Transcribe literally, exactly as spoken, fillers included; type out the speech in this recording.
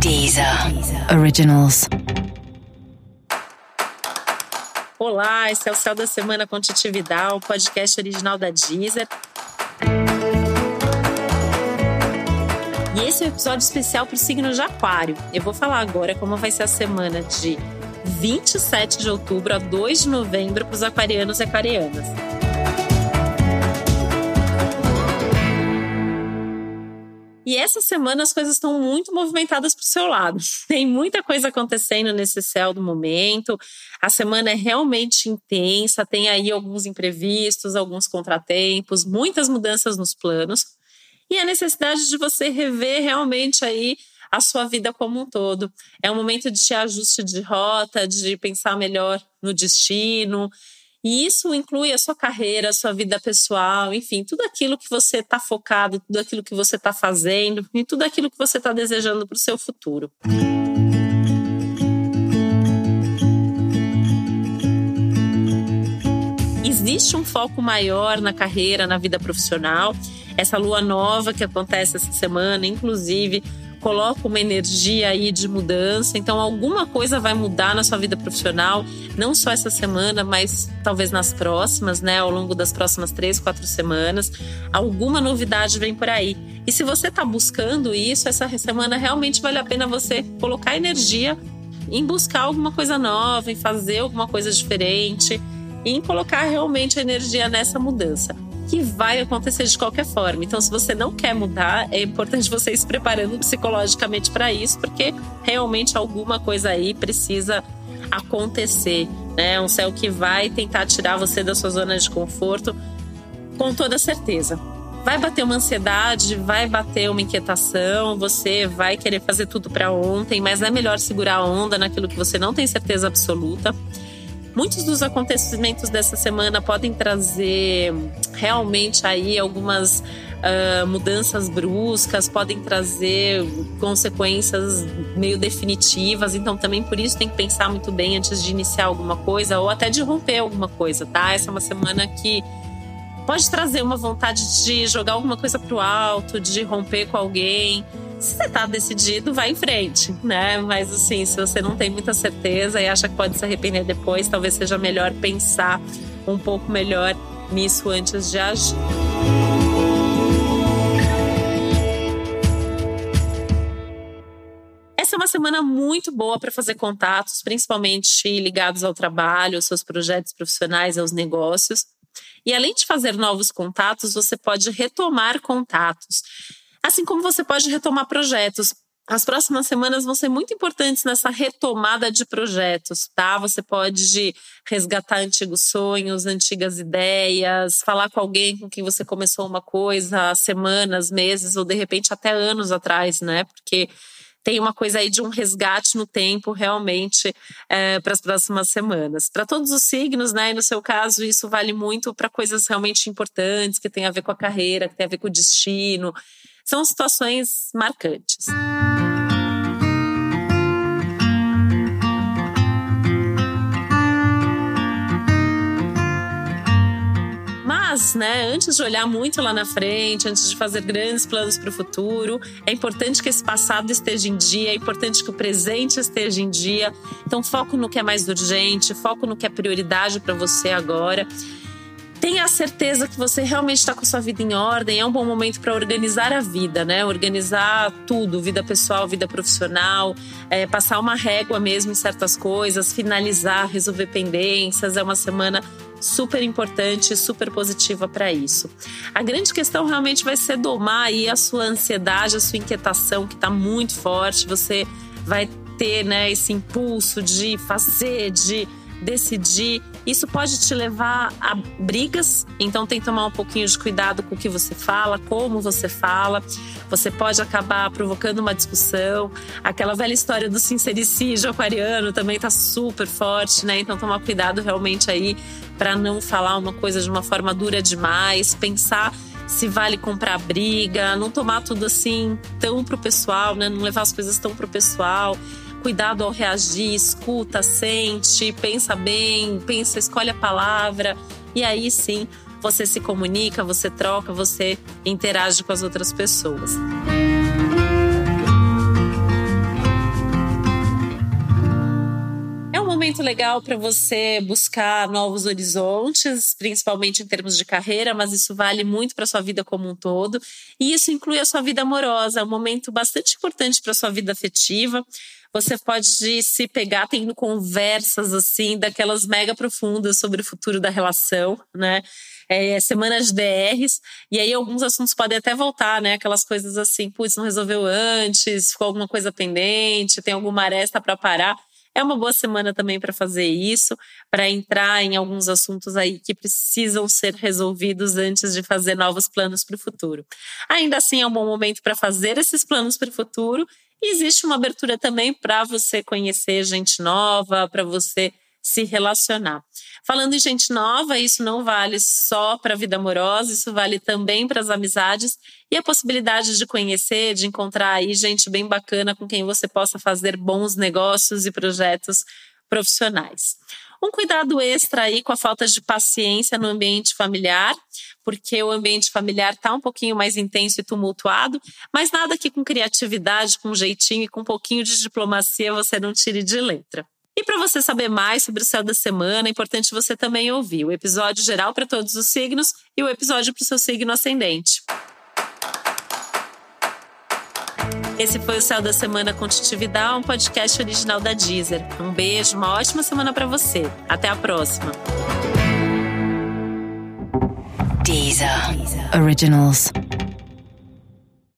Deezer Originals. Olá, esse é o Céu da Semana com Titi Vidal, podcast original da Deezer. E esse é o um episódio especial para o signo de Aquário. Eu vou falar agora como vai ser a semana de vinte e sete de outubro a dois de novembro para os aquarianos e aquarianas. E essa semana as coisas estão muito movimentadas para o seu lado. Tem muita coisa acontecendo nesse céu do momento. A semana é realmente intensa, tem aí alguns imprevistos, alguns contratempos, muitas mudanças nos planos. E a necessidade de você rever realmente aí a sua vida como um todo. É um momento de ajuste de rota, de pensar melhor no destino. E isso inclui a sua carreira, a sua vida pessoal, enfim, tudo aquilo que você está focado, tudo aquilo que você está fazendo e tudo aquilo que você está desejando para o seu futuro. Existe um foco maior na carreira, na vida profissional. Essa lua nova que acontece essa semana, inclusive, coloca uma energia aí de mudança. Então, alguma coisa vai mudar na sua vida profissional, não só essa semana, mas talvez nas próximas, né? Ao longo das próximas três, quatro semanas. Alguma novidade vem por aí. E se você está buscando isso, essa semana realmente vale a pena você colocar energia em buscar alguma coisa nova, em fazer alguma coisa diferente, e em colocar realmente a energia nessa mudança, que vai acontecer de qualquer forma. Então, se você não quer mudar, é importante você ir se preparando psicologicamente para isso, porque realmente alguma coisa aí precisa acontecer, né? Um céu que vai tentar tirar você da sua zona de conforto, com toda certeza. Vai bater uma ansiedade, vai bater uma inquietação, você vai querer fazer tudo para ontem, mas é melhor segurar a onda naquilo que você não tem certeza absoluta. Muitos dos acontecimentos dessa semana podem trazer realmente aí algumas uh, mudanças bruscas, podem trazer consequências meio definitivas. Então também por isso tem que pensar muito bem antes de iniciar alguma coisa ou até de romper alguma coisa, tá? Essa é uma semana que pode trazer uma vontade de jogar alguma coisa pro alto, de romper com alguém. Se você tá decidido, vai em frente, né? Mas assim, se você não tem muita certeza e acha que pode se arrepender depois, talvez seja melhor pensar um pouco melhor nisso antes de agir. Essa é uma semana muito boa para fazer contatos, principalmente ligados ao trabalho, aos seus projetos profissionais, aos negócios. E além de fazer novos contatos, você pode retomar contatos. Assim como você pode retomar projetos. As próximas semanas vão ser muito importantes nessa retomada de projetos, tá? Você pode resgatar antigos sonhos, antigas ideias, falar com alguém com quem você começou uma coisa há semanas, meses ou de repente até anos atrás, né? Porque tem uma coisa aí de um resgate no tempo realmente é, para as próximas semanas. Para todos os signos, né? E no seu caso, isso vale muito para coisas realmente importantes, que tem a ver com a carreira, que tem a ver com o destino. São situações marcantes. Mas, né, antes de olhar muito lá na frente, antes de fazer grandes planos para o futuro, é importante que esse passado esteja em dia, é importante que o presente esteja em dia. Então, foco no que é mais urgente, foco no que é prioridade para você agora. Tenha a certeza que você realmente está com a sua vida em ordem. É um bom momento para organizar a vida, né? Organizar tudo, vida pessoal, vida profissional, é, passar uma régua mesmo em certas coisas, finalizar, resolver pendências. É uma semana super importante, super positiva para isso. A grande questão realmente vai ser domar aí a sua ansiedade, a sua inquietação, que está muito forte. Você vai ter, né, esse impulso de fazer, de decidir. Isso pode te levar a brigas, então tem que tomar um pouquinho de cuidado com o que você fala, como você fala. Você pode acabar provocando uma discussão. Aquela velha história do sincericídio aquariano também tá super forte, né? Então tomar cuidado realmente aí para não falar uma coisa de uma forma dura demais, pensar se vale comprar briga, não tomar tudo assim tão pro pessoal, né? Não levar as coisas tão pro pessoal. Cuidado ao reagir, escuta, sente, pensa bem, pensa, escolhe a palavra. E aí sim, você se comunica, você troca, você interage com as outras pessoas. legal para você buscar novos horizontes, principalmente em termos de carreira, mas isso vale muito para sua vida como um todo. E isso inclui a sua vida amorosa, é um momento bastante importante para sua vida afetiva. Você pode se pegar tendo conversas assim, daquelas mega profundas sobre o futuro da relação, né? É, semana de D Rs, e aí alguns assuntos podem até voltar, né? Aquelas coisas assim, putz, não resolveu antes, ficou alguma coisa pendente, tem alguma aresta para parar. É uma boa semana também para fazer isso, para entrar em alguns assuntos aí que precisam ser resolvidos antes de fazer novos planos para o futuro. Ainda assim, é um bom momento para fazer esses planos para o futuro. E existe uma abertura também para você conhecer gente nova, para você se relacionar. Falando em gente nova, isso não vale só para a vida amorosa, isso vale também para as amizades e a possibilidade de conhecer, de encontrar aí gente bem bacana com quem você possa fazer bons negócios e projetos profissionais. Um cuidado extra aí com a falta de paciência no ambiente familiar, porque o ambiente familiar está um pouquinho mais intenso e tumultuado, mas nada que com criatividade, com jeitinho e com um pouquinho de diplomacia você não tire de letra. E para você saber mais sobre o céu da semana, é importante você também ouvir o episódio geral para todos os signos e o episódio para o seu signo ascendente. Esse foi o Céu da Semana com Titi Vidal, um podcast original da Deezer. Um beijo, uma ótima semana para você. Até a próxima. Deezer. Originals.